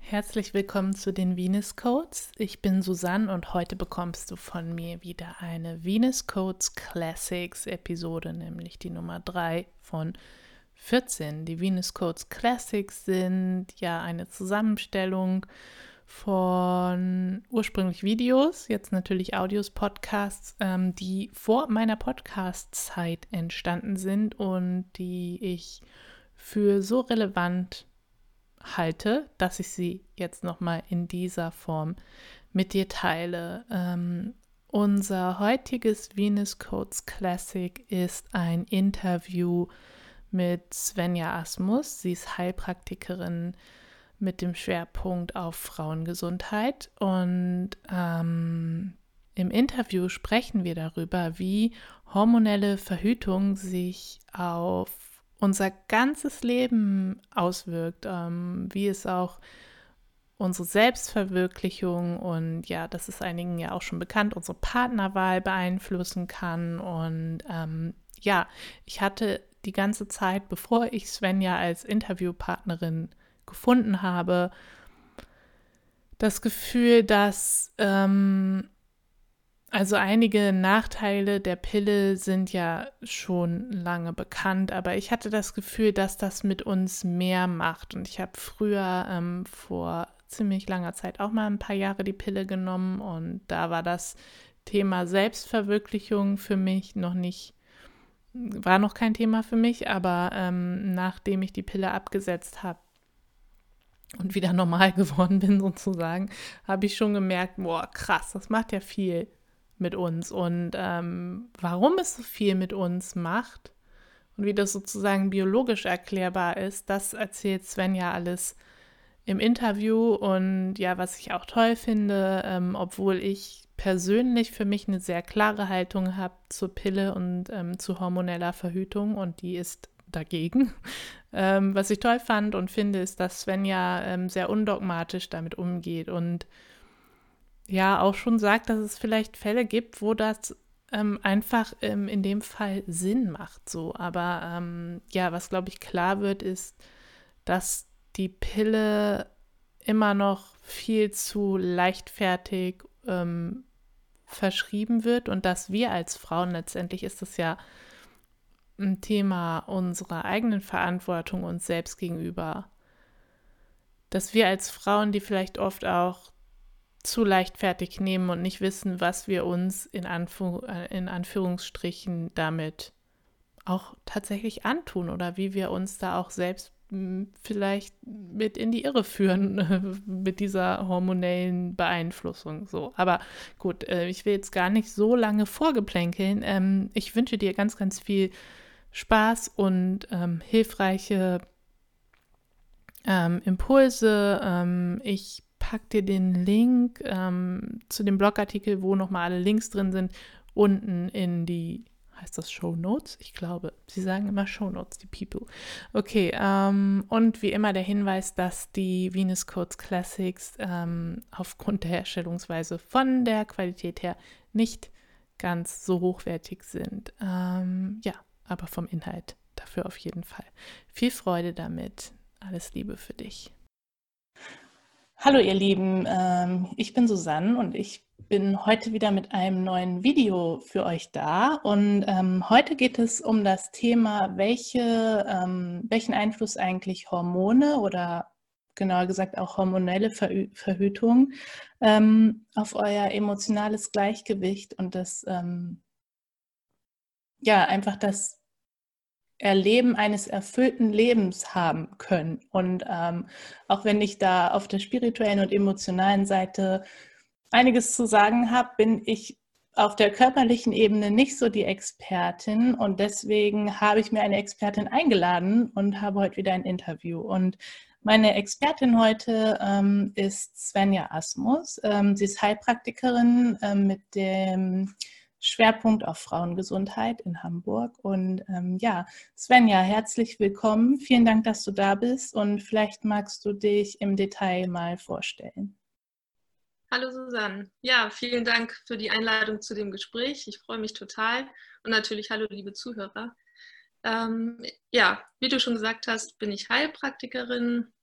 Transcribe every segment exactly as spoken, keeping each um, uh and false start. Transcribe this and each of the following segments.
Herzlich willkommen zu den Venus Codes. Ich bin Susanne und heute bekommst du von mir wieder eine Venus Codes Classics Episode, nämlich die Nummer drei von vierzehn. Die Venus Codes Classics sind ja eine Zusammenstellung von ursprünglich Videos, jetzt natürlich Audios, Podcasts, ähm, die vor meiner Podcast-Zeit entstanden sind und die ich für so relevant halte, dass ich sie jetzt nochmal in dieser Form mit dir teile. Ähm, unser heutiges Venus Codes Classic ist ein Interview mit Svenja Asmus. Sie ist Heilpraktikerin mit dem Schwerpunkt auf Frauengesundheit und ähm, im Interview sprechen wir darüber, wie hormonelle Verhütung sich auf unser ganzes Leben auswirkt, ähm, wie es auch unsere Selbstverwirklichung und ja, das ist einigen ja auch schon bekannt, unsere Partnerwahl beeinflussen kann. Und ähm, ja, ich hatte die ganze Zeit, bevor ich Svenja als Interviewpartnerin gefunden habe, das Gefühl, dass ähm, also einige Nachteile der Pille sind ja schon lange bekannt, aber ich hatte das Gefühl, dass das mit uns mehr macht. Und ich habe früher ähm, vor ziemlich langer Zeit auch mal ein paar Jahre die Pille genommen und da war das Thema Selbstverwirklichung für mich noch nicht, war noch kein Thema für mich, aber ähm, nachdem ich die Pille abgesetzt habe und wieder normal geworden bin sozusagen, habe ich schon gemerkt, boah, krass, das macht ja viel mit uns und ähm, warum es so viel mit uns macht und wie das sozusagen biologisch erklärbar ist, das erzählt Svenja alles im Interview und ja, was ich auch toll finde, ähm, obwohl ich persönlich für mich eine sehr klare Haltung habe zur Pille und ähm, zu hormoneller Verhütung und die ist dagegen. Ähm, was ich toll fand und finde, ist, dass Svenja ähm, sehr undogmatisch damit umgeht und ja auch schon sagt, dass es vielleicht Fälle gibt, wo das ähm, einfach ähm, in dem Fall Sinn macht. So. Aber ähm, ja, was glaube ich klar wird, ist, dass die Pille immer noch viel zu leichtfertig ähm, verschrieben wird und dass wir als Frauen, letztendlich ist es ja ein Thema unserer eigenen Verantwortung uns selbst gegenüber, dass wir als Frauen, die vielleicht oft auch zu leichtfertig nehmen und nicht wissen, was wir uns in, Anfu- in Anführungsstrichen damit auch tatsächlich antun oder wie wir uns da auch selbst m, vielleicht mit in die Irre führen mit dieser hormonellen Beeinflussung. So, aber gut, äh, ich will jetzt gar nicht so lange vorgeplänkeln. Ähm, ich wünsche dir ganz, ganz viel Spaß und ähm, hilfreiche ähm, Impulse. Ähm, ich packe dir den Link ähm, zu dem Blogartikel, wo nochmal alle Links drin sind, unten in die, heißt das Show Notes? Ich glaube, sie sagen immer Show Notes, die People. Okay, ähm, und wie immer der Hinweis, dass die Venus Codes Classics ähm, aufgrund der Herstellungsweise von der Qualität her nicht ganz so hochwertig sind. Ähm, ja, aber vom Inhalt dafür auf jeden Fall. Viel Freude damit. Alles Liebe für dich. Hallo ihr Lieben, ähm, ich bin Susanne und ich bin heute wieder mit einem neuen Video für euch da. Und ähm, heute geht es um das Thema, welche, ähm, welchen Einfluss eigentlich Hormone oder genauer gesagt auch hormonelle Verhü- Verhütung ähm, auf euer emotionales Gleichgewicht und das, ähm, ja, einfach das Erleben eines erfüllten Lebens haben können. Und ähm, auch wenn ich da auf der spirituellen und emotionalen Seite einiges zu sagen habe, bin ich auf der körperlichen Ebene nicht so die Expertin und deswegen habe ich mir eine Expertin eingeladen und habe heute wieder ein Interview. Und meine Expertin heute ähm, ist Svenja Asmus. Ähm, sie ist Heilpraktikerin ähm, mit dem Schwerpunkt auf Frauengesundheit in Hamburg. Und ähm, ja, Svenja, herzlich willkommen. Vielen Dank, dass du da bist und vielleicht magst du dich im Detail mal vorstellen. Hallo Susanne. Ja, vielen Dank für die Einladung zu dem Gespräch. Ich freue mich total. Und natürlich hallo liebe Zuhörer. Ähm, ja, wie du schon gesagt hast, bin ich Heilpraktikerin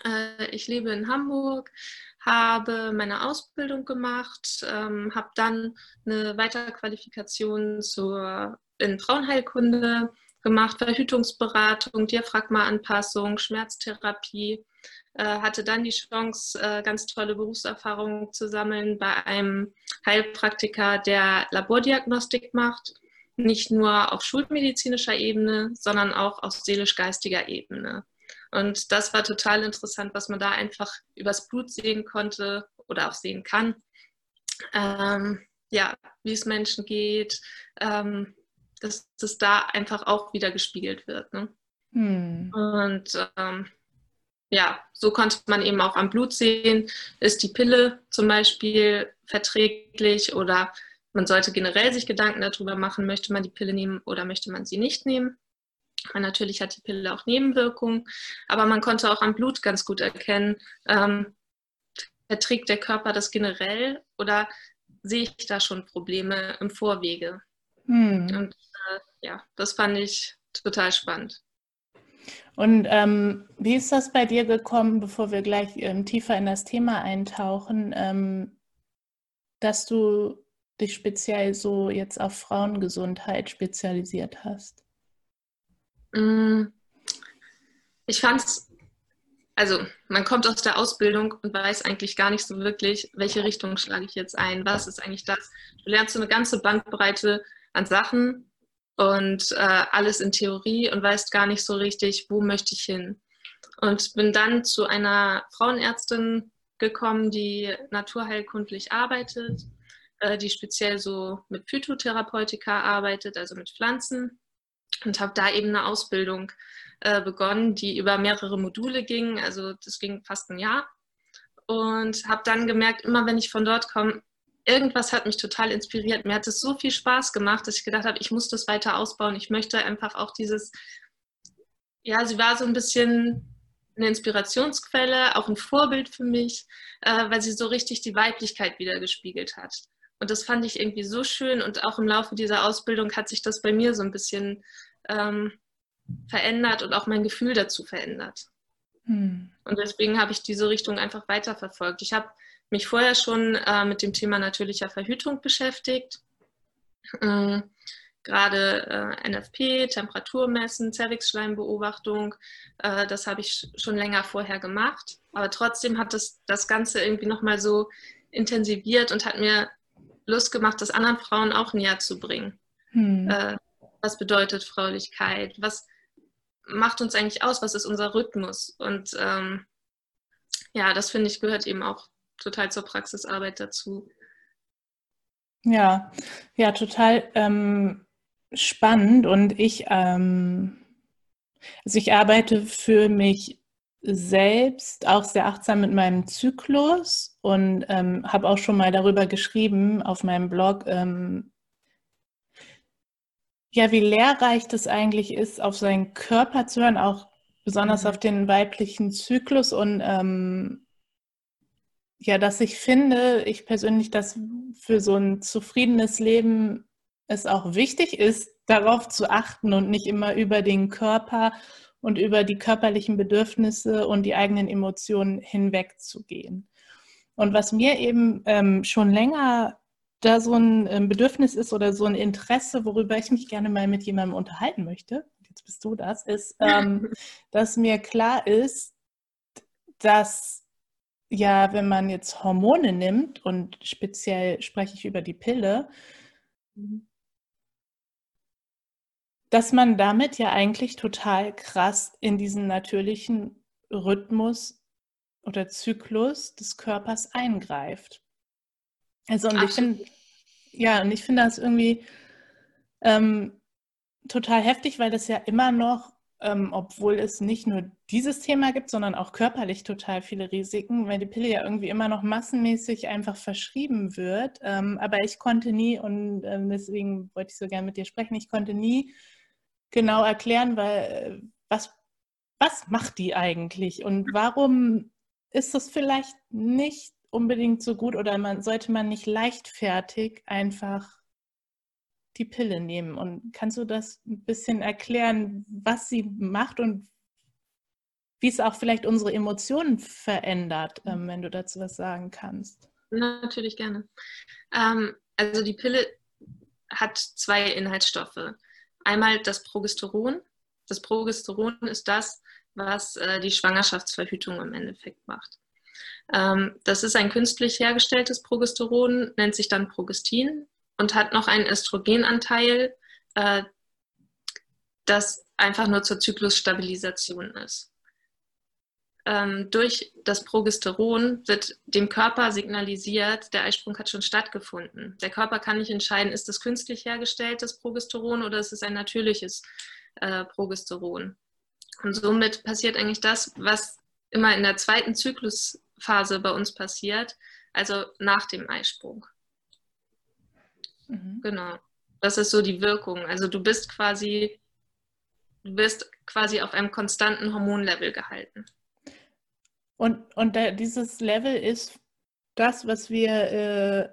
Ich lebe in Hamburg, habe meine Ausbildung gemacht, ähm, habe dann eine Weiterqualifikation zur, in Frauenheilkunde gemacht, Verhütungsberatung, Diaphragmaanpassung, Schmerztherapie, äh, hatte dann die Chance, äh, ganz tolle Berufserfahrungen zu sammeln bei einem Heilpraktiker, der Labordiagnostik macht, nicht nur auf schulmedizinischer Ebene, sondern auch auf seelisch-geistiger Ebene. Und das war total interessant, was man da einfach übers Blut sehen konnte oder auch sehen kann. Ähm, ja, wie es Menschen geht, ähm, dass das da einfach auch wieder gespiegelt wird. Ne? Hm. Und ähm, ja, so konnte man eben auch am Blut sehen, ist die Pille zum Beispiel verträglich oder man sollte generell sich Gedanken darüber machen, möchte man die Pille nehmen oder möchte man sie nicht nehmen. Natürlich hat die Pille auch Nebenwirkungen, aber man konnte auch am Blut ganz gut erkennen, ähm, verträgt der Körper das generell oder sehe ich da schon Probleme im Vorwege? Hm. Und äh, ja, das fand ich total spannend. Und ähm, wie ist das bei dir gekommen, bevor wir gleich ähm, tiefer in das Thema eintauchen, ähm, dass du dich speziell so jetzt auf Frauengesundheit spezialisiert hast? Ich fand es, also man kommt aus der Ausbildung und weiß eigentlich gar nicht so wirklich, welche Richtung schlage ich jetzt ein, was ist eigentlich das. Du lernst so eine ganze Bandbreite an Sachen und äh, alles in Theorie und weißt gar nicht so richtig, wo möchte ich hin. Und bin dann zu einer Frauenärztin gekommen, die naturheilkundlich arbeitet, äh, die speziell so mit Phytotherapeutika arbeitet, also mit Pflanzen. Und habe da eben eine Ausbildung äh, begonnen, die über mehrere Module ging. Also das ging fast ein Jahr. Und habe dann gemerkt, immer wenn ich von dort komme, irgendwas hat mich total inspiriert. Mir hat es so viel Spaß gemacht, dass ich gedacht habe, ich muss das weiter ausbauen. Ich möchte einfach auch dieses, ja, sie war so ein bisschen eine Inspirationsquelle, auch ein Vorbild für mich, äh, weil sie so richtig die Weiblichkeit wieder gespiegelt hat. Und das fand ich irgendwie so schön und auch im Laufe dieser Ausbildung hat sich das bei mir so ein bisschen ähm, verändert und auch mein Gefühl dazu verändert. Hm. Und deswegen habe ich diese Richtung einfach weiterverfolgt. Ich habe mich vorher schon äh, mit dem Thema natürlicher Verhütung beschäftigt. Ähm, gerade äh, N F P, Temperaturmessen, Zervixschleimbeobachtung, äh, das habe ich schon länger vorher gemacht. Aber trotzdem hat das, das Ganze irgendwie nochmal so intensiviert und hat mir Lust gemacht, das anderen Frauen auch näher zu bringen. Hm. Äh, was bedeutet Fraulichkeit? Was macht uns eigentlich aus? Was ist unser Rhythmus? Und ähm, ja, das finde ich gehört eben auch total zur Praxisarbeit dazu. Ja, ja, total ähm, spannend. Und ich, ähm, also ich arbeite für mich selbst auch sehr achtsam mit meinem Zyklus und ähm, habe auch schon mal darüber geschrieben auf meinem Blog, ähm, ja, wie lehrreich das eigentlich ist, auf seinen Körper zu hören, auch besonders mhm. auf den weiblichen Zyklus und ähm, ja, dass ich finde, ich persönlich, dass für so ein zufriedenes Leben es auch wichtig ist, darauf zu achten und nicht immer über den Körper und über die körperlichen Bedürfnisse und die eigenen Emotionen hinwegzugehen. Und was mir eben ähm, schon länger da so ein ähm, Bedürfnis ist oder so ein Interesse, worüber ich mich gerne mal mit jemandem unterhalten möchte, jetzt bist du das, ist, ähm, dass mir klar ist, dass ja, wenn man jetzt Hormone nimmt und speziell spreche ich über die Pille, dass man damit ja eigentlich total krass in diesen natürlichen Rhythmus oder Zyklus des Körpers eingreift. Also und Absolut. ich finde, ja, und ich finde das irgendwie ähm, total heftig, weil das ja immer noch, ähm, obwohl es nicht nur dieses Thema gibt, sondern auch körperlich total viele Risiken, weil die Pille ja irgendwie immer noch massenmäßig einfach verschrieben wird. Ähm, aber ich konnte nie, und ähm, deswegen wollte ich so gerne mit dir sprechen, ich konnte nie genau erklären, weil was, was macht die eigentlich und warum ist das vielleicht nicht unbedingt so gut oder man, sollte man nicht leichtfertig einfach die Pille nehmen. Und kannst du das ein bisschen erklären, was sie macht und wie es auch vielleicht unsere Emotionen verändert, ähm, wenn du dazu was sagen kannst. Natürlich gerne. Ähm, also die Pille hat zwei Inhaltsstoffe. Einmal das Progesteron. Das Progesteron ist das, was äh, die Schwangerschaftsverhütung im Endeffekt macht. Ähm, das ist ein künstlich hergestelltes Progesteron, nennt sich dann Progestin und hat noch einen Östrogenanteil, äh, das einfach nur zur Zyklusstabilisation ist. Ähm, durch das Progesteron wird dem Körper signalisiert, der Eisprung hat schon stattgefunden. Der Körper kann nicht entscheiden, ist es künstlich hergestelltes Progesteron oder ist es ein natürliches äh, Progesteron. Und somit passiert eigentlich das, was immer in der zweiten Zyklusphase bei uns passiert, also nach dem Eisprung. Mhm. Genau. Das ist so die Wirkung. Also du bist quasi, du wirst quasi auf einem konstanten Hormonlevel gehalten. Und, und da, dieses Level ist das, was wir äh,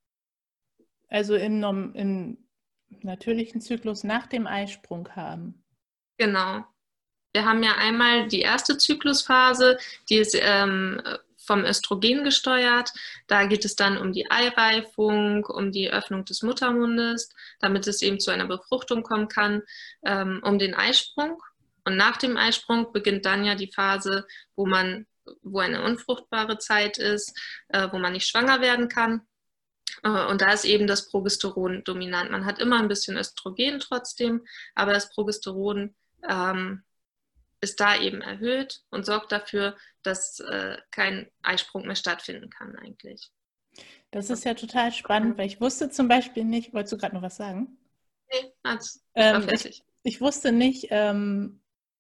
also im, im natürlichen Zyklus nach dem Eisprung haben. Genau. Wir haben ja einmal die erste Zyklusphase, die ist ähm, vom Östrogen gesteuert. Da geht es dann um die Eireifung, um die Öffnung des Muttermundes, damit es eben zu einer Befruchtung kommen kann, ähm, um den Eisprung. Und nach dem Eisprung beginnt dann ja die Phase, wo man, wo eine unfruchtbare Zeit ist, äh, wo man nicht schwanger werden kann. Äh, und da ist eben das Progesteron dominant. Man hat immer ein bisschen Östrogen trotzdem, aber das Progesteron ähm, ist da eben erhöht und sorgt dafür, dass äh, kein Eisprung mehr stattfinden kann eigentlich. Das ist ja total spannend, weil ich wusste zum Beispiel nicht, wolltest du gerade noch was sagen? Nee, das ähm, fertig. Ich, ich wusste nicht, ähm,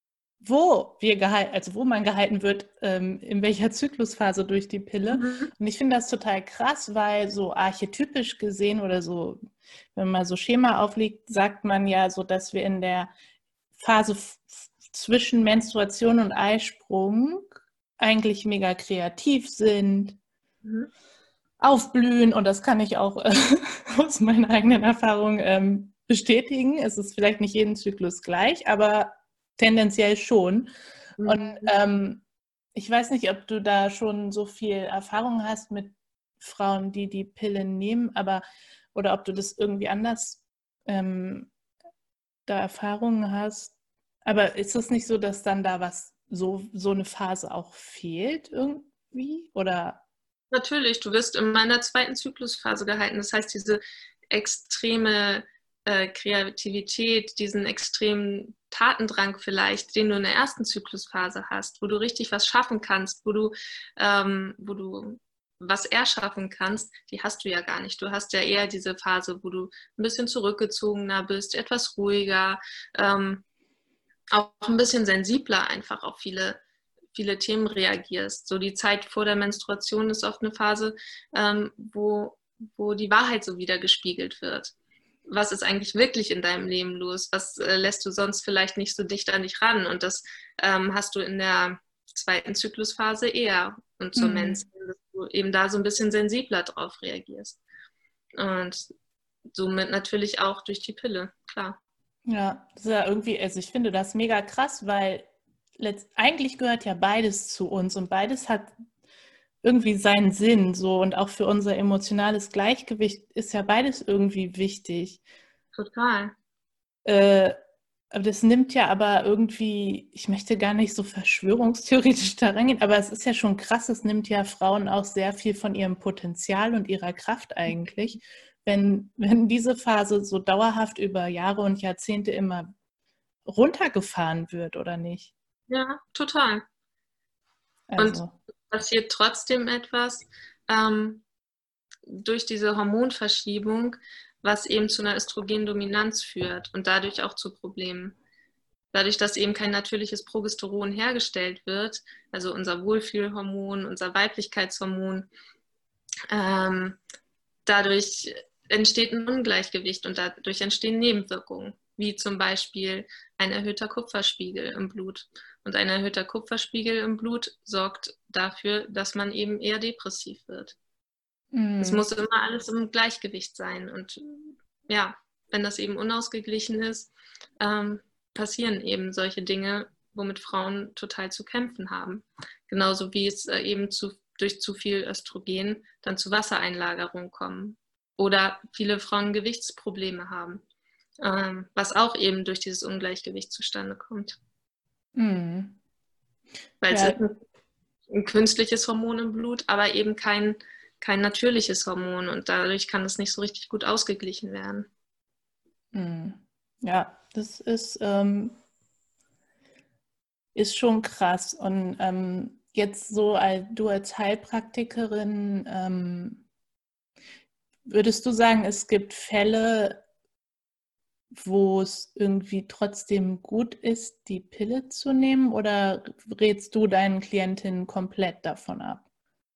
wo wir gehalten, also wo man gehalten wird, ähm, in welcher Zyklusphase durch die Pille. Mhm. Und ich finde das total krass, weil so archetypisch gesehen oder so, wenn man so Schema auflegt, sagt man ja so, dass wir in der Phase f- zwischen Menstruation und Eisprung eigentlich mega kreativ sind, mhm. aufblühen, und das kann ich auch äh, aus meiner eigenen Erfahrung ähm, bestätigen. Es ist vielleicht nicht jeden Zyklus gleich, aber tendenziell schon. Mhm. Und ähm, ich weiß nicht, ob du da schon so viel Erfahrung hast mit Frauen, die die Pille nehmen, aber oder ob du das irgendwie anders ähm, da Erfahrungen hast. Aber ist es nicht so, dass dann da was, so, so eine Phase auch fehlt irgendwie? Oder? Natürlich, du wirst in meiner zweiten Zyklusphase gehalten. Das heißt, diese extreme äh, Kreativität, diesen extremen Tatendrang vielleicht, den du in der ersten Zyklusphase hast, wo du richtig was schaffen kannst, wo du, ähm, wo du was erschaffen kannst, die hast du ja gar nicht. Du hast ja eher diese Phase, wo du ein bisschen zurückgezogener bist, etwas ruhiger, ähm, auch ein bisschen sensibler einfach auf viele, viele Themen reagierst. So die Zeit vor der Menstruation ist oft eine Phase, ähm, wo, wo die Wahrheit so wieder gespiegelt wird. Was ist eigentlich wirklich in deinem Leben los? Was äh, lässt du sonst vielleicht nicht so dicht an dich ran? Und das ähm, hast du in der zweiten Zyklusphase eher. Und zur mhm. Mensen, dass du eben da so ein bisschen sensibler drauf reagierst. Und somit natürlich auch durch die Pille, klar. Ja, das ist ja irgendwie, also ich finde das mega krass, weil letzt, eigentlich gehört ja beides zu uns und beides hat irgendwie seinen Sinn, so, und auch für unser emotionales Gleichgewicht ist ja beides irgendwie wichtig. Total. Äh, aber das nimmt ja aber irgendwie, ich möchte gar nicht so verschwörungstheoretisch da rangehen, aber es ist ja schon krass, es nimmt ja Frauen auch sehr viel von ihrem Potenzial und ihrer Kraft eigentlich, wenn, wenn diese Phase so dauerhaft über Jahre und Jahrzehnte immer runtergefahren wird, oder nicht? Ja, total. Also. Und passiert trotzdem etwas ähm, durch diese Hormonverschiebung, was eben zu einer Östrogendominanz führt und dadurch auch zu Problemen. Dadurch, dass eben kein natürliches Progesteron hergestellt wird, also unser Wohlfühlhormon, unser Weiblichkeitshormon, ähm, dadurch entsteht ein Ungleichgewicht und dadurch entstehen Nebenwirkungen, wie zum Beispiel ein erhöhter Kupferspiegel im Blut. Und ein erhöhter Kupferspiegel im Blut sorgt dafür, dass man eben eher depressiv wird. Mm. Es muss immer alles im Gleichgewicht sein. Und ja, wenn das eben unausgeglichen ist, ähm, passieren eben solche Dinge, womit Frauen total zu kämpfen haben. Genauso wie es äh, eben zu, durch zu viel Östrogen dann zu Wassereinlagerung kommen. Oder viele Frauen Gewichtsprobleme haben, ähm, was auch eben durch dieses Ungleichgewicht zustande kommt. Mhm. Weil Ja. es ist ein, ein künstliches Hormon im Blut, aber eben kein, kein natürliches Hormon und dadurch kann es nicht so richtig gut ausgeglichen werden. Mhm. Ja, das ist, ähm, ist schon krass. Und ähm, jetzt so, als, du als Heilpraktikerin, ähm, würdest du sagen, es gibt Fälle, wo es irgendwie trotzdem gut ist, die Pille zu nehmen, oder rätst du deinen Klientinnen komplett davon ab?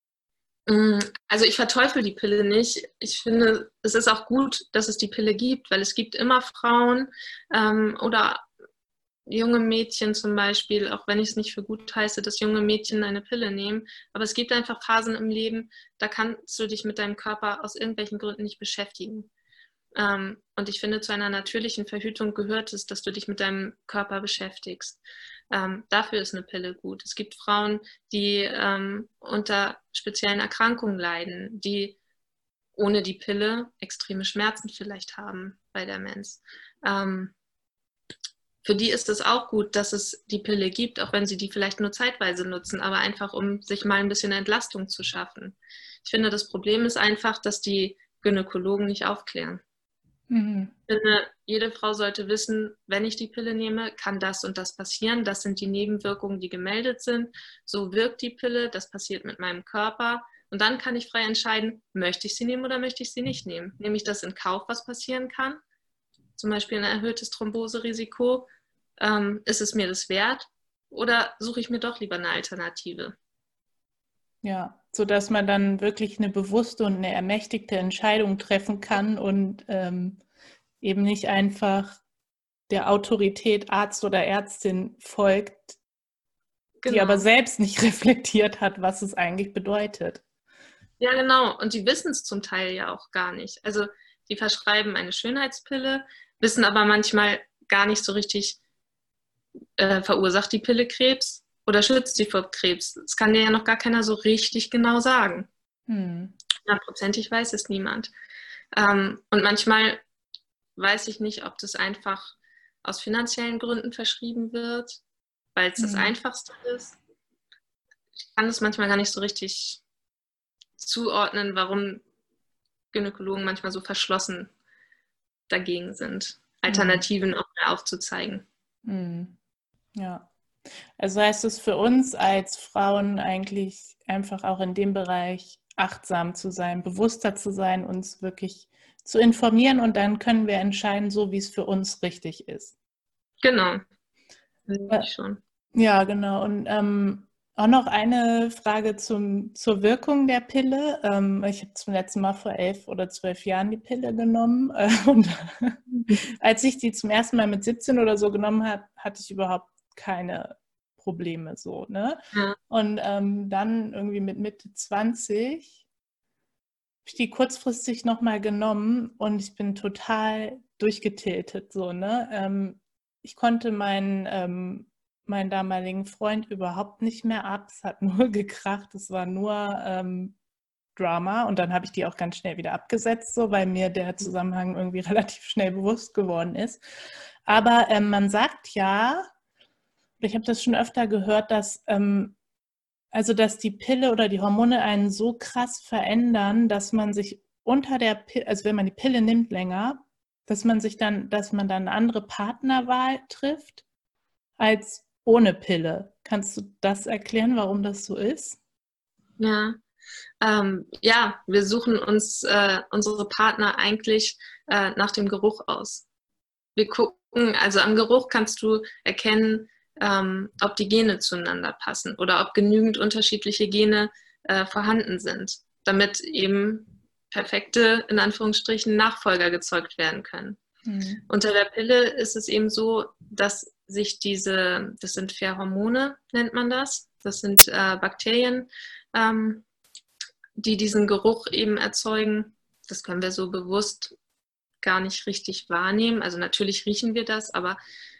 Also ich verteufel die Pille nicht. Ich finde, es ist auch gut, dass es die Pille gibt, weil es gibt immer Frauen ähm, oder junge Mädchen zum Beispiel, auch wenn ich es nicht für gut heiße, dass junge Mädchen eine Pille nehmen. Aber es gibt einfach Phasen im Leben, da kannst du dich mit deinem Körper aus irgendwelchen Gründen nicht beschäftigen. Ähm, und ich finde, zu einer natürlichen Verhütung gehört es, dass du dich mit deinem Körper beschäftigst. Ähm, dafür ist eine Pille gut. Es gibt Frauen, die ähm, unter speziellen Erkrankungen leiden, die ohne die Pille extreme Schmerzen vielleicht haben bei der Mens. Ähm, für die ist es auch gut, dass es die Pille gibt, auch wenn sie die vielleicht nur zeitweise nutzen, aber einfach, um sich mal ein bisschen Entlastung zu schaffen. Ich finde, das Problem ist einfach, dass die Gynäkologen nicht aufklären. Mhm. Ich finde, jede Frau sollte wissen, wenn ich die Pille nehme, kann das und das passieren. Das sind die Nebenwirkungen, die gemeldet sind. So wirkt die Pille, das passiert mit meinem Körper. Und dann kann ich frei entscheiden, möchte ich sie nehmen oder möchte ich sie nicht nehmen. Nehme ich das in Kauf, was passieren kann? Zum Beispiel ein erhöhtes Thromboserisiko. Ähm, ist es mir das wert? Oder suche ich mir doch lieber eine Alternative? Ja, sodass man dann wirklich eine bewusste und eine ermächtigte Entscheidung treffen kann und ähm, eben nicht einfach der Autorität Arzt oder Ärztin folgt, die aber Genau. selbst nicht reflektiert hat, was es eigentlich bedeutet. Ja, genau. Und die wissen es zum Teil ja auch gar nicht. Also die verschreiben eine Schönheitspille, wissen aber manchmal gar nicht so richtig, äh, verursacht die Pille Krebs oder schützt sie vor Krebs. Das kann dir ja noch gar keiner so richtig genau sagen. Hm. Hundertprozentig weiß es niemand. Ähm, und manchmal weiß ich nicht, ob das einfach aus finanziellen Gründen verschrieben wird, weil es das Hm. Einfachste ist. Ich kann das manchmal gar nicht so richtig zuordnen, warum Gynäkologen manchmal so verschlossen dagegen sind, Hm. Alternativen auch mehr aufzuzeigen. Hm. Ja. Also heißt es für uns als Frauen eigentlich einfach auch in dem Bereich achtsam zu sein, bewusster zu sein, uns wirklich zu informieren, und dann können wir entscheiden, so wie es für uns richtig ist. Genau, Äh, ich schon. Ja, genau. Und ähm, auch noch eine Frage zum, zur Wirkung der Pille. Ähm, ich habe zum letzten Mal vor elf oder zwölf Jahren die Pille genommen. Äh, und als ich die zum ersten Mal mit siebzehn oder so genommen habe, hatte ich überhaupt keine Probleme so, ne? Ja. Und ähm, dann irgendwie mit Mitte zwanzig habe ich die kurzfristig nochmal genommen und ich bin total durchgetiltet, so, ne? Ähm, ich konnte meinen, ähm, meinen damaligen Freund überhaupt nicht mehr ab. Es hat nur gekracht, es war nur ähm, Drama, und dann habe ich die auch ganz schnell wieder abgesetzt, so, weil mir der Zusammenhang irgendwie relativ schnell bewusst geworden ist. Aber ähm, man sagt ja, ich habe das schon öfter gehört, dass ähm, also dass die Pille oder die Hormone einen so krass verändern, dass man sich unter der Pille, also wenn man die Pille nimmt länger, dass man sich dann, dass man dann eine andere Partnerwahl trifft als ohne Pille. Kannst du das erklären, warum das so ist? Ja. Ähm, ja, wir suchen uns äh, unsere Partner eigentlich äh, nach dem Geruch aus. Wir gucken, also am Geruch kannst du erkennen, ähm, ob die Gene zueinander passen oder ob genügend unterschiedliche Gene äh, vorhanden sind, damit eben perfekte, in Anführungsstrichen, Nachfolger gezeugt werden können. Hm. Unter der Pille ist es eben so, dass sich diese, das sind Pheromone, nennt man das, das sind äh, Bakterien, ähm, die diesen Geruch eben erzeugen. Das können wir so bewusst gar nicht richtig wahrnehmen. Also natürlich riechen wir das, aber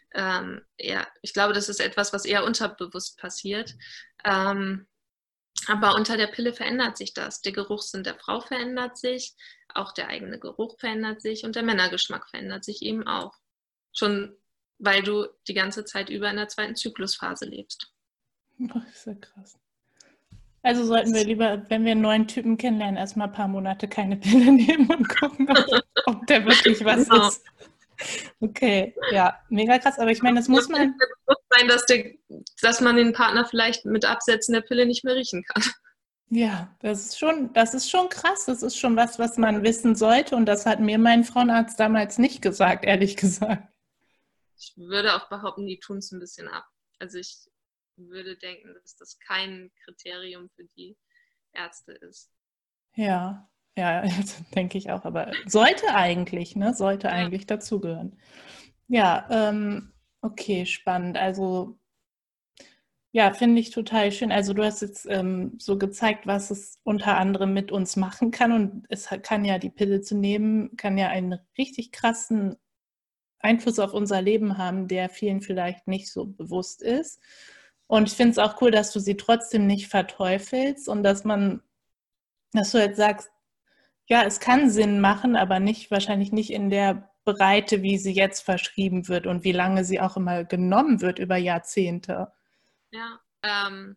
ähm, ja, ich glaube, das ist etwas, was eher unterbewusst passiert. Ähm, aber unter der Pille verändert sich das. Der Geruchssinn der Frau verändert sich, auch der eigene Geruch verändert sich und der Männergeschmack verändert sich eben auch. Schon weil du die ganze Zeit über in der zweiten Zyklusphase lebst. Das ist ja krass. Also sollten wir lieber, wenn wir einen neuen Typen kennenlernen, erstmal ein paar Monate keine Pille nehmen und gucken, ob, ob der wirklich was genau. ist. Okay, ja, mega krass. Aber ich meine, das muss man... sein, dass, der, dass man den Partner vielleicht mit Absetzen der Pille nicht mehr riechen kann. Ja, das ist schon, das ist schon krass. Das ist schon was, was man wissen sollte. Und das hat mir mein Frauenarzt damals nicht gesagt, ehrlich gesagt. Ich würde auch behaupten, die tun es ein bisschen ab. Also ich würde denken, dass das kein Kriterium für die Ärzte ist. Ja, ja, das denke ich auch. Aber sollte eigentlich, ne? Sollte ja. eigentlich dazugehören. Ja, ähm, okay, spannend. Also ja, finde ich total schön. Also du hast jetzt ähm, so gezeigt, was es unter anderem mit uns machen kann. Und es kann ja, die Pille zu nehmen, kann ja einen richtig krassen Einfluss auf unser Leben haben, der vielen vielleicht nicht so bewusst ist. Und ich finde es auch cool, dass du sie trotzdem nicht verteufelst und dass man, dass du jetzt sagst, ja, es kann Sinn machen, aber nicht, wahrscheinlich nicht in der Breite, wie sie jetzt verschrieben wird und wie lange sie auch immer genommen wird über Jahrzehnte. Ja, ähm,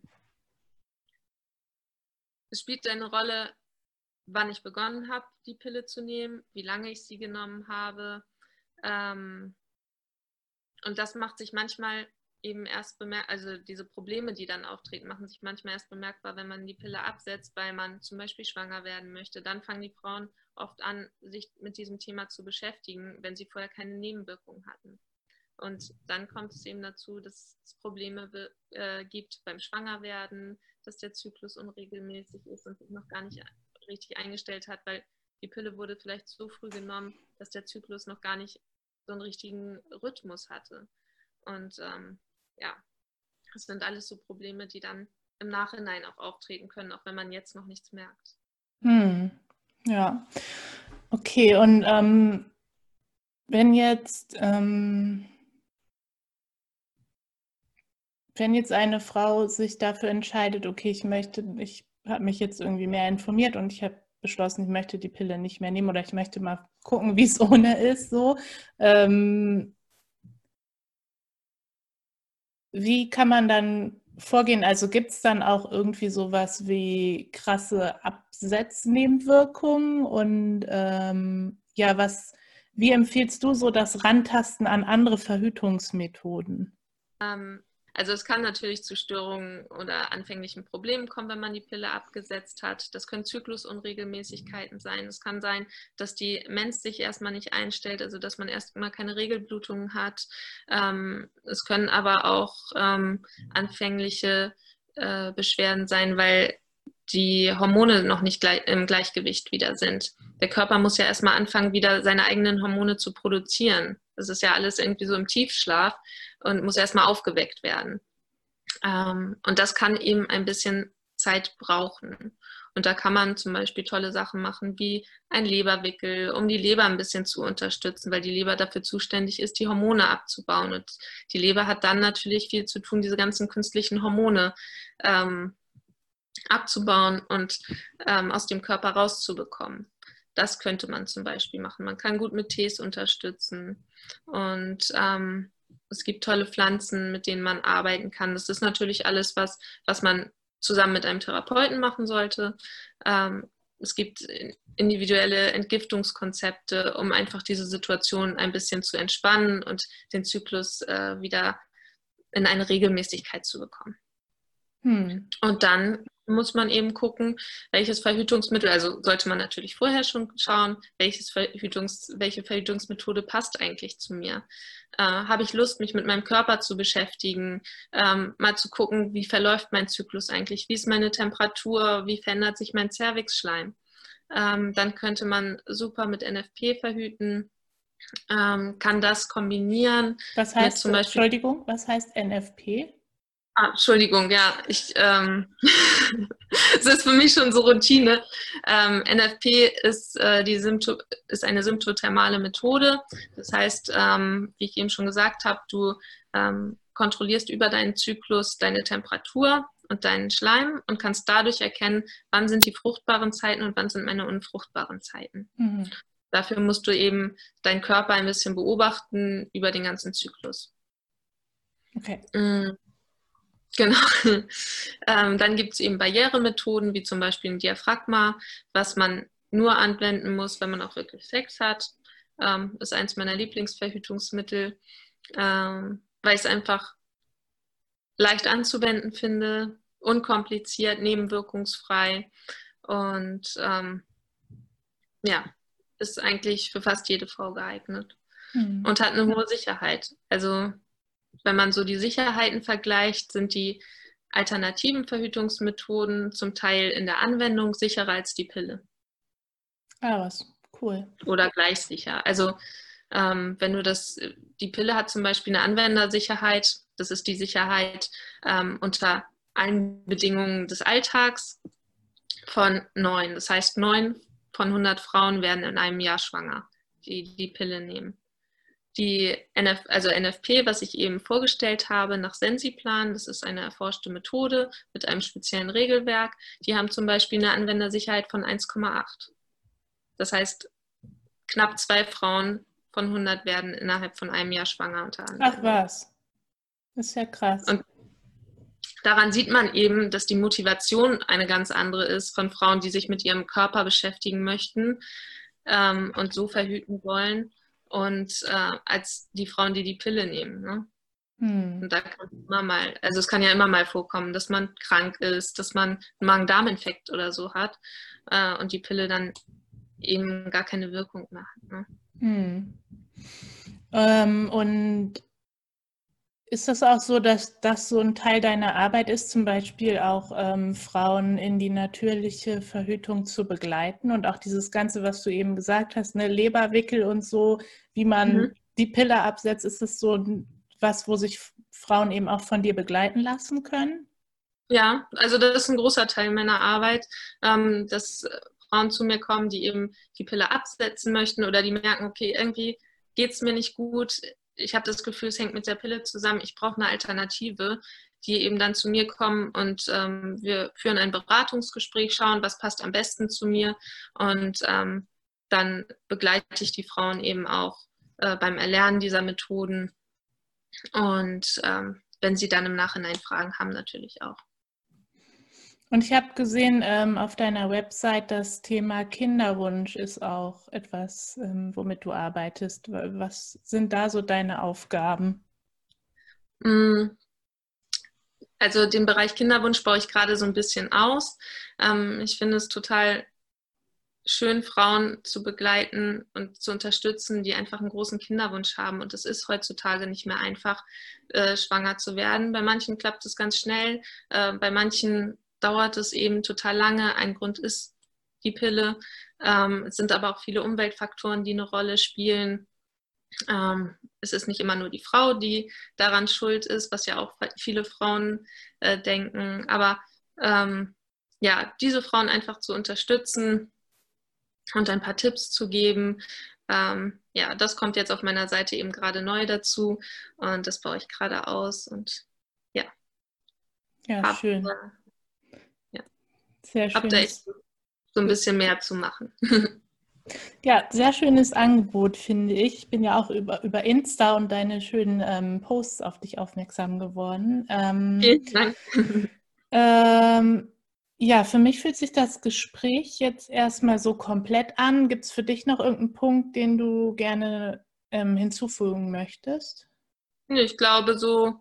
es spielt eine Rolle, wann ich begonnen habe, die Pille zu nehmen, wie lange ich sie genommen habe. Ähm, und das macht sich manchmal eben erst bemerkbar, also diese Probleme, die dann auftreten, machen sich manchmal erst bemerkbar, wenn man die Pille absetzt, weil man zum Beispiel schwanger werden möchte. Dann fangen die Frauen oft an, sich mit diesem Thema zu beschäftigen, wenn sie vorher keine Nebenwirkungen hatten. Und dann kommt es eben dazu, dass es Probleme äh, gibt beim Schwangerwerden, dass der Zyklus unregelmäßig ist und sich noch gar nicht richtig eingestellt hat, weil die Pille wurde vielleicht so früh genommen, dass der Zyklus noch gar nicht so einen richtigen Rhythmus hatte. Und ähm, ja, das sind alles so Probleme, die dann im Nachhinein auch auftreten können, auch wenn man jetzt noch nichts merkt. Hm. Ja, okay. Und ähm, wenn jetzt... Ähm Wenn jetzt eine Frau sich dafür entscheidet, okay, ich möchte, ich habe mich jetzt irgendwie mehr informiert und ich habe beschlossen, ich möchte die Pille nicht mehr nehmen oder ich möchte mal gucken, wie es ohne ist, so. Ähm, wie kann man dann vorgehen? Also gibt es dann auch irgendwie sowas wie krasse Absetznebenwirkungen und ähm, ja, was, wie empfiehlst du so das Rantasten an andere Verhütungsmethoden? Ähm, Also es kann natürlich zu Störungen oder anfänglichen Problemen kommen, wenn man die Pille abgesetzt hat. Das können Zyklusunregelmäßigkeiten sein. Es kann sein, dass die Mens sich erstmal nicht einstellt, also dass man erstmal keine Regelblutungen hat. Ähm, es können aber auch ähm, anfängliche äh, Beschwerden sein, weil die Hormone noch nicht gleich, im Gleichgewicht wieder sind. Der Körper muss ja erstmal anfangen, wieder seine eigenen Hormone zu produzieren. Das ist ja alles irgendwie so im Tiefschlaf und muss erstmal aufgeweckt werden. Ähm, und das kann eben ein bisschen Zeit brauchen. Und da kann man zum Beispiel tolle Sachen machen, wie ein Leberwickel, um die Leber ein bisschen zu unterstützen, weil die Leber dafür zuständig ist, die Hormone abzubauen. Und die Leber hat dann natürlich viel zu tun, diese ganzen künstlichen Hormone ähm, abzubauen und ähm, aus dem Körper rauszubekommen. Das könnte man zum Beispiel machen. Man kann gut mit Tees unterstützen und ähm, es gibt tolle Pflanzen, mit denen man arbeiten kann. Das ist natürlich alles, was, was man zusammen mit einem Therapeuten machen sollte. Ähm, es gibt individuelle Entgiftungskonzepte, um einfach diese Situation ein bisschen zu entspannen und den Zyklus äh, wieder in eine Regelmäßigkeit zu bekommen. Hm. Und dann muss man eben gucken, welches Verhütungsmittel, also sollte man natürlich vorher schon schauen, welches Verhütungs, welche Verhütungsmethode passt eigentlich zu mir. Äh, habe ich Lust, mich mit meinem Körper zu beschäftigen, ähm, mal zu gucken, wie verläuft mein Zyklus eigentlich, wie ist meine Temperatur, wie verändert sich mein Zervixschleim. Ähm, dann könnte man super mit N F P verhüten, ähm, kann das kombinieren. Was heißt, mit zum Beispiel, Entschuldigung, was heißt N F P? Ah, Entschuldigung, ja, ich, ähm, es ist für mich schon so Routine. Ähm, N F P ist, äh, die Sympto ist eine symptothermale Methode. Das heißt, ähm, wie ich eben schon gesagt habe, du ähm, kontrollierst über deinen Zyklus deine Temperatur und deinen Schleim und kannst dadurch erkennen, wann sind die fruchtbaren Zeiten und wann sind meine unfruchtbaren Zeiten. Mhm. Dafür musst du eben deinen Körper ein bisschen beobachten über den ganzen Zyklus. Okay. Mm. Genau. Ähm, dann gibt es eben Barrieremethoden, wie zum Beispiel ein Diaphragma, was man nur anwenden muss, wenn man auch wirklich Sex hat. Ähm, ist eins meiner Lieblingsverhütungsmittel, ähm, weil ich es einfach leicht anzuwenden finde, unkompliziert, nebenwirkungsfrei und ähm, ja, ist eigentlich für fast jede Frau geeignet Mhm. und hat eine hohe Sicherheit. Also wenn man so die Sicherheiten vergleicht, sind die alternativen Verhütungsmethoden zum Teil in der Anwendung sicherer als die Pille Ah, was. Cool. oder gleich sicher. Also ähm, wenn du das, die Pille hat zum Beispiel eine Anwendersicherheit, das ist die Sicherheit ähm, unter allen Bedingungen des Alltags von neun. Das heißt, neun von hundert Frauen werden in einem Jahr schwanger, die die Pille nehmen. Die N F, also N F P, was ich eben vorgestellt habe, nach Sensiplan, das ist eine erforschte Methode mit einem speziellen Regelwerk, die haben zum Beispiel eine Anwendersicherheit von eins Komma acht. Das heißt, knapp zwei Frauen von hundert werden innerhalb von einem Jahr schwanger unter Ach Anwendung. was. Das ist ja krass. Und daran sieht man eben, dass die Motivation eine ganz andere ist von Frauen, die sich mit ihrem Körper beschäftigen möchten ähm, und so verhüten wollen, und äh, als die Frauen, die die Pille nehmen. Ne? Hm. Und da kann es immer mal, also es kann ja immer mal vorkommen, dass man krank ist, dass man einen Magen-Darm-Infekt oder so hat äh, und die Pille dann eben gar keine Wirkung mehr hat. Ne? Hm. Ähm, und ist das auch so, dass das so ein Teil deiner Arbeit ist, zum Beispiel auch ähm, Frauen in die natürliche Verhütung zu begleiten und auch dieses Ganze, was du eben gesagt hast, ne, Leberwickel und so, wie man Mhm. die Pille absetzt, ist das so was, wo sich Frauen eben auch von dir begleiten lassen können? Ja, also das ist ein großer Teil meiner Arbeit, ähm, dass Frauen zu mir kommen, die eben die Pille absetzen möchten oder die merken, okay, irgendwie geht es mir nicht gut, ich habe das Gefühl, es hängt mit der Pille zusammen, ich brauche eine Alternative, die eben dann zu mir kommen und ähm, wir führen ein Beratungsgespräch, schauen, was passt am besten zu mir und ähm, dann begleite ich die Frauen eben auch äh, beim Erlernen dieser Methoden und ähm, wenn sie dann im Nachhinein Fragen haben, natürlich auch. Und ich habe gesehen ähm, auf deiner Website, das Thema Kinderwunsch ist auch etwas, ähm, womit du arbeitest. Was sind da so deine Aufgaben? Also den Bereich Kinderwunsch baue ich gerade so ein bisschen aus. Ähm, ich finde es total schön, Frauen zu begleiten und zu unterstützen, die einfach einen großen Kinderwunsch haben. Und es ist heutzutage nicht mehr einfach, äh, schwanger zu werden. Bei manchen klappt es ganz schnell, äh, bei manchen dauert es eben total lange. Ein Grund ist die Pille. Ähm, es sind aber auch viele Umweltfaktoren, die eine Rolle spielen. Ähm, es ist nicht immer nur die Frau, die daran schuld ist, was ja auch viele Frauen äh, denken. Aber ähm, ja, diese Frauen einfach zu unterstützen und ein paar Tipps zu geben. Ähm, ja, das kommt jetzt auf meiner Seite eben gerade neu dazu und das baue ich gerade aus und ja, Ja, habe schön. äh, ja, Sehr hab da echt schönes. so ein bisschen mehr zu machen. Ja, sehr schönes Angebot, finde ich. Ich bin ja auch über, über Insta und deine schönen ähm, Posts auf dich aufmerksam geworden. Ähm, Vielen Dank. ähm, ja, für mich fühlt sich das Gespräch jetzt erstmal so komplett an. Gibt es für dich noch irgendeinen Punkt, den du gerne ähm, hinzufügen möchtest? Ich glaube, so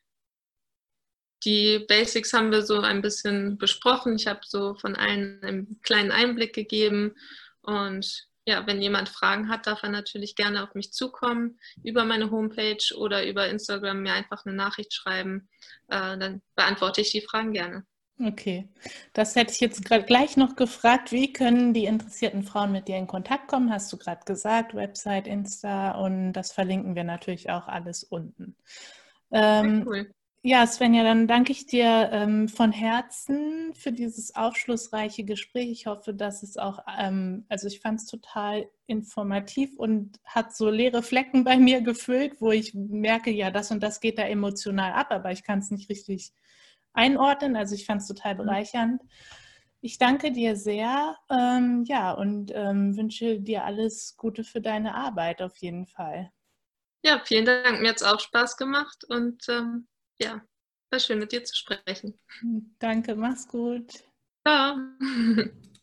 die Basics haben wir so ein bisschen besprochen. Ich habe so von allen einen kleinen Einblick gegeben. Und ja, wenn jemand Fragen hat, darf er natürlich gerne auf mich zukommen, über meine Homepage oder über Instagram mir einfach eine Nachricht schreiben. Äh, dann beantworte ich die Fragen gerne. Okay, das hätte ich jetzt gerade gleich noch gefragt. Wie können die interessierten Frauen mit dir in Kontakt kommen? Hast du gerade gesagt, Website, Insta und das verlinken wir natürlich auch alles unten. Sehr Ähm, cool. Ja, Svenja, dann danke ich dir ähm, von Herzen für dieses aufschlussreiche Gespräch. Ich hoffe, dass es auch, ähm, also ich fand es total informativ und hat so leere Flecken bei mir gefüllt, wo ich merke, ja, das und das geht da emotional ab, aber ich kann es nicht richtig einordnen. Also ich fand es total bereichernd. Ich danke dir sehr, ähm, ja, und ähm, wünsche dir alles Gute für deine Arbeit auf jeden Fall. Ja, vielen Dank. Mir hat es auch Spaß gemacht und ähm, ja, war schön mit dir zu sprechen. Danke, mach's gut. Ciao.